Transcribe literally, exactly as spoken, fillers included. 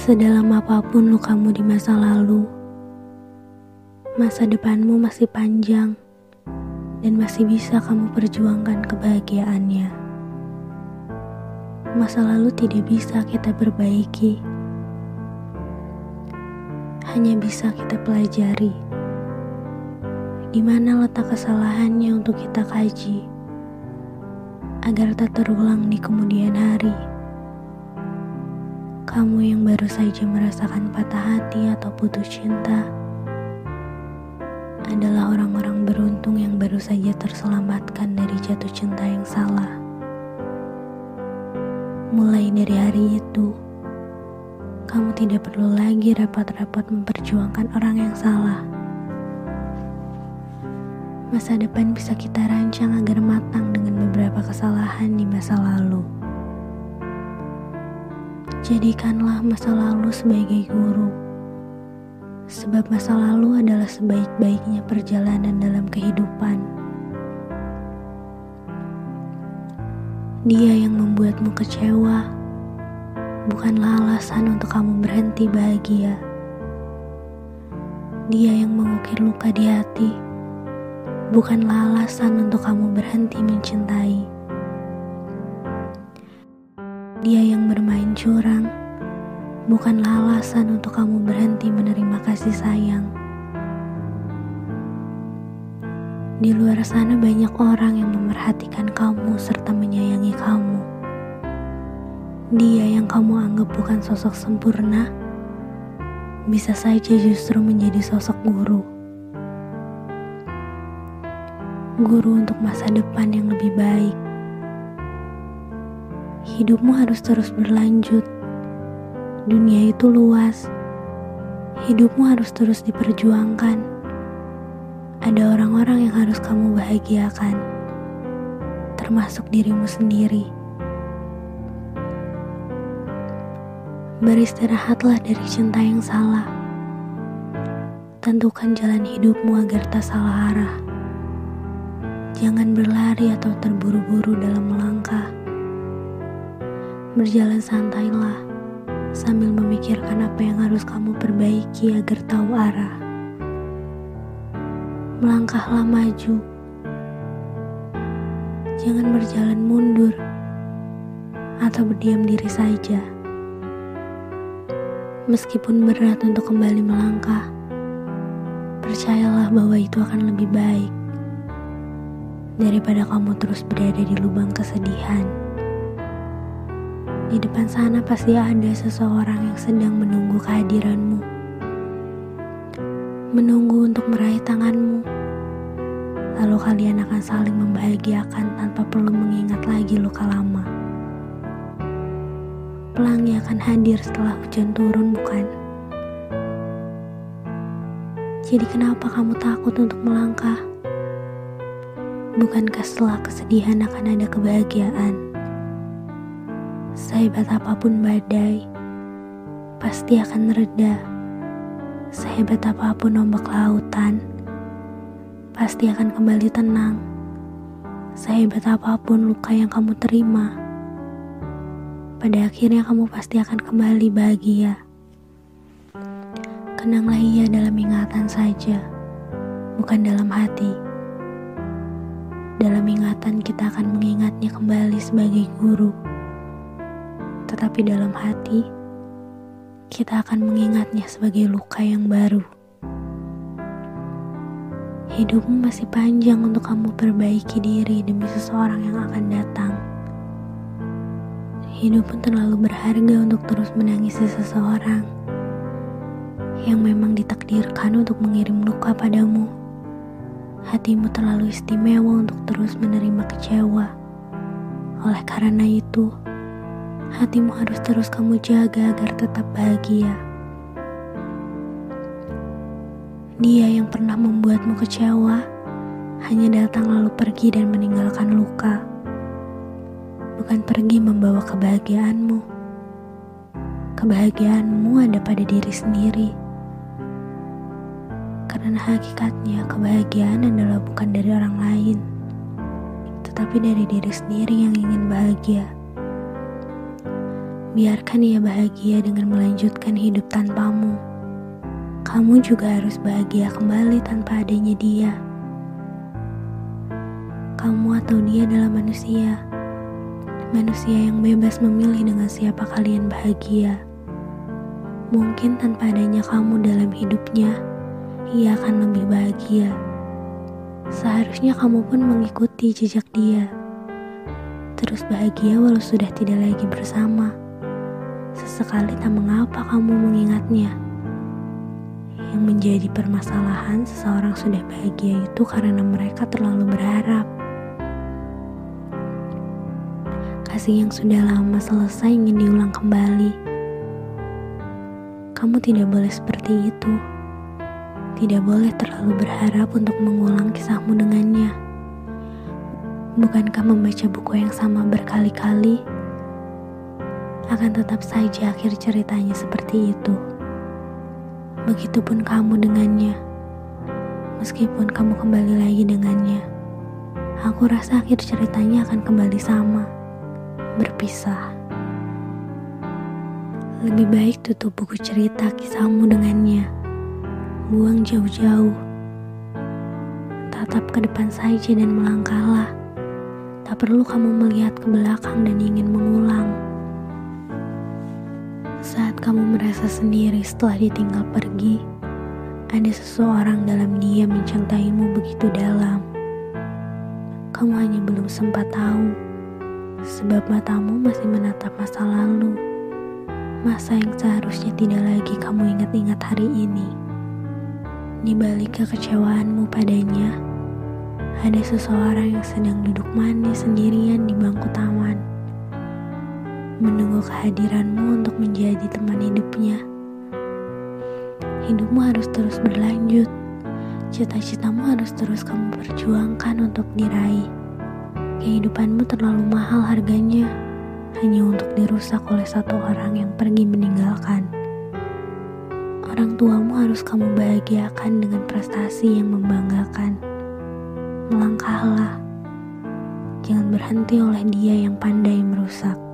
Sedalam apapun lukamu di masa lalu, masa depanmu masih panjang dan masih bisa kamu perjuangkan kebahagiaannya. Masa lalu tidak bisa kita perbaiki, hanya bisa kita pelajari di mana letak kesalahannya untuk kita kaji agar tak terulang di kemudian hari. Kamu yang baru saja merasakan patah hati atau putus cinta adalah orang-orang beruntung yang baru saja terselamatkan dari jatuh cinta yang salah. Mulai dari hari itu, kamu tidak perlu lagi repot-repot memperjuangkan orang yang salah. Masa depan bisa kita rancang agar matang dengan beberapa kesalahan di masa lalu. Jadikanlah masa lalu sebagai guru, sebab masa lalu adalah sebaik-baiknya perjalanan dalam kehidupan. Dia yang membuatmu kecewa bukanlah alasan untuk kamu berhenti bahagia. Dia yang mengukir luka di hati bukanlah alasan untuk kamu berhenti mencintai. Dia yang bermain curang bukanlah alasan untuk kamu berhenti menerima kasih sayang. Di luar sana banyak orang yang memerhatikan kamu serta menyayangi kamu. Dia yang kamu anggap bukan sosok sempurna bisa saja justru menjadi sosok guru. Guru untuk masa depan yang lebih baik. Hidupmu harus terus berlanjut. Dunia itu luas. Hidupmu harus terus diperjuangkan. Ada orang-orang yang harus kamu bahagiakan, termasuk dirimu sendiri. Beristirahatlah dari cinta yang salah. Tentukan jalan hidupmu agar tak salah arah. Jangan berlari atau terburu-buru dalam melangkah. Berjalan santailah sambil memikirkan apa yang harus kamu perbaiki agar tahu arah. Melangkahlah maju. Jangan berjalan mundur atau berdiam diri saja. Meskipun berat untuk kembali melangkah, percayalah bahwa itu akan lebih baik daripada kamu terus berada di lubang kesedihan. Di depan sana pasti ada seseorang yang sedang menunggu kehadiranmu. Menunggu untuk meraih tanganmu. Lalu kalian akan saling membahagiakan tanpa perlu mengingat lagi luka lama. Pelangi akan hadir setelah hujan turun, bukan? Jadi kenapa kamu takut untuk melangkah? Bukankah setelah kesedihan akan ada kebahagiaan? Sehebat apapun badai, pasti akan reda. Sehebat apapun ombak lautan, pasti akan kembali tenang. Sehebat apapun luka yang kamu terima, pada akhirnya kamu pasti akan kembali bahagia. Kenanglah ia dalam ingatan saja, bukan dalam hati. Dalam ingatan kita akan mengingatnya kembali sebagai guru. Tetapi dalam hati, kita akan mengingatnya sebagai luka yang baru. Hidupmu masih panjang untuk kamu perbaiki diri demi seseorang yang akan datang. Hidupmu terlalu berharga untuk terus menangisi seseorang yang memang ditakdirkan untuk mengirim luka padamu. Hatimu terlalu istimewa untuk terus menerima kecewa. Oleh karena itu, hatimu harus terus kamu jaga agar tetap bahagia. Dia yang pernah membuatmu kecewa hanya datang lalu pergi dan meninggalkan luka, bukan pergi membawa kebahagiaanmu. Kebahagiaanmu ada pada diri sendiri. Karena hakikatnya kebahagiaan adalah bukan dari orang lain, tetapi dari diri sendiri yang ingin bahagia. biarkan ia bahagia dengan melanjutkan hidup tanpamu. Kamu juga harus bahagia kembali tanpa adanya dia. Kamu atau dia adalah manusia. Manusia yang bebas memilih dengan siapa kalian bahagia. Mungkin tanpa adanya kamu dalam hidupnya, ia akan lebih bahagia. Seharusnya kamu pun mengikuti jejak dia. Terus bahagia walau sudah tidak lagi bersama. Sesekali tak mengapa kamu mengingatnya. Yang menjadi permasalahan seseorang sudah bahagia itu karena mereka terlalu berharap. Kasih yang sudah lama selesai ingin diulang kembali. Kamu tidak boleh seperti itu. Tidak boleh terlalu berharap untuk mengulang kisahmu dengannya. Bukankah membaca buku yang sama berkali-kali akan tetap saja akhir ceritanya seperti itu? Begitupun kamu dengannya. Meskipun kamu kembali lagi dengannya, aku rasa akhir ceritanya akan kembali sama, berpisah. Lebih baik tutup buku cerita kisahmu dengannya. Buang jauh-jauh. Tatap ke depan saja dan melangkahlah. Tak perlu kamu melihat ke belakang dan ingin mengulang. Saat kamu merasa sendiri setelah ditinggal pergi, ada seseorang dalam dia mencintaimu begitu dalam. Kamu hanya belum sempat tahu, sebab matamu masih menatap masa lalu. Masa yang seharusnya tidak lagi kamu ingat-ingat hari ini. Di balik kekecewaanmu padanya, ada seseorang yang sedang duduk manis sendirian di bangku taman, menunggu kehadiranmu untuk menjadi teman hidupnya. Hidupmu harus terus berlanjut. Cita-citamu harus terus kamu perjuangkan untuk diraih. Kehidupanmu terlalu mahal harganya, hanya untuk dirusak oleh satu orang yang pergi meninggalkan. Orang tuamu harus kamu bahagiakan dengan prestasi yang membanggakan. Melangkahlah. Jangan berhenti oleh dia yang pandai merusak.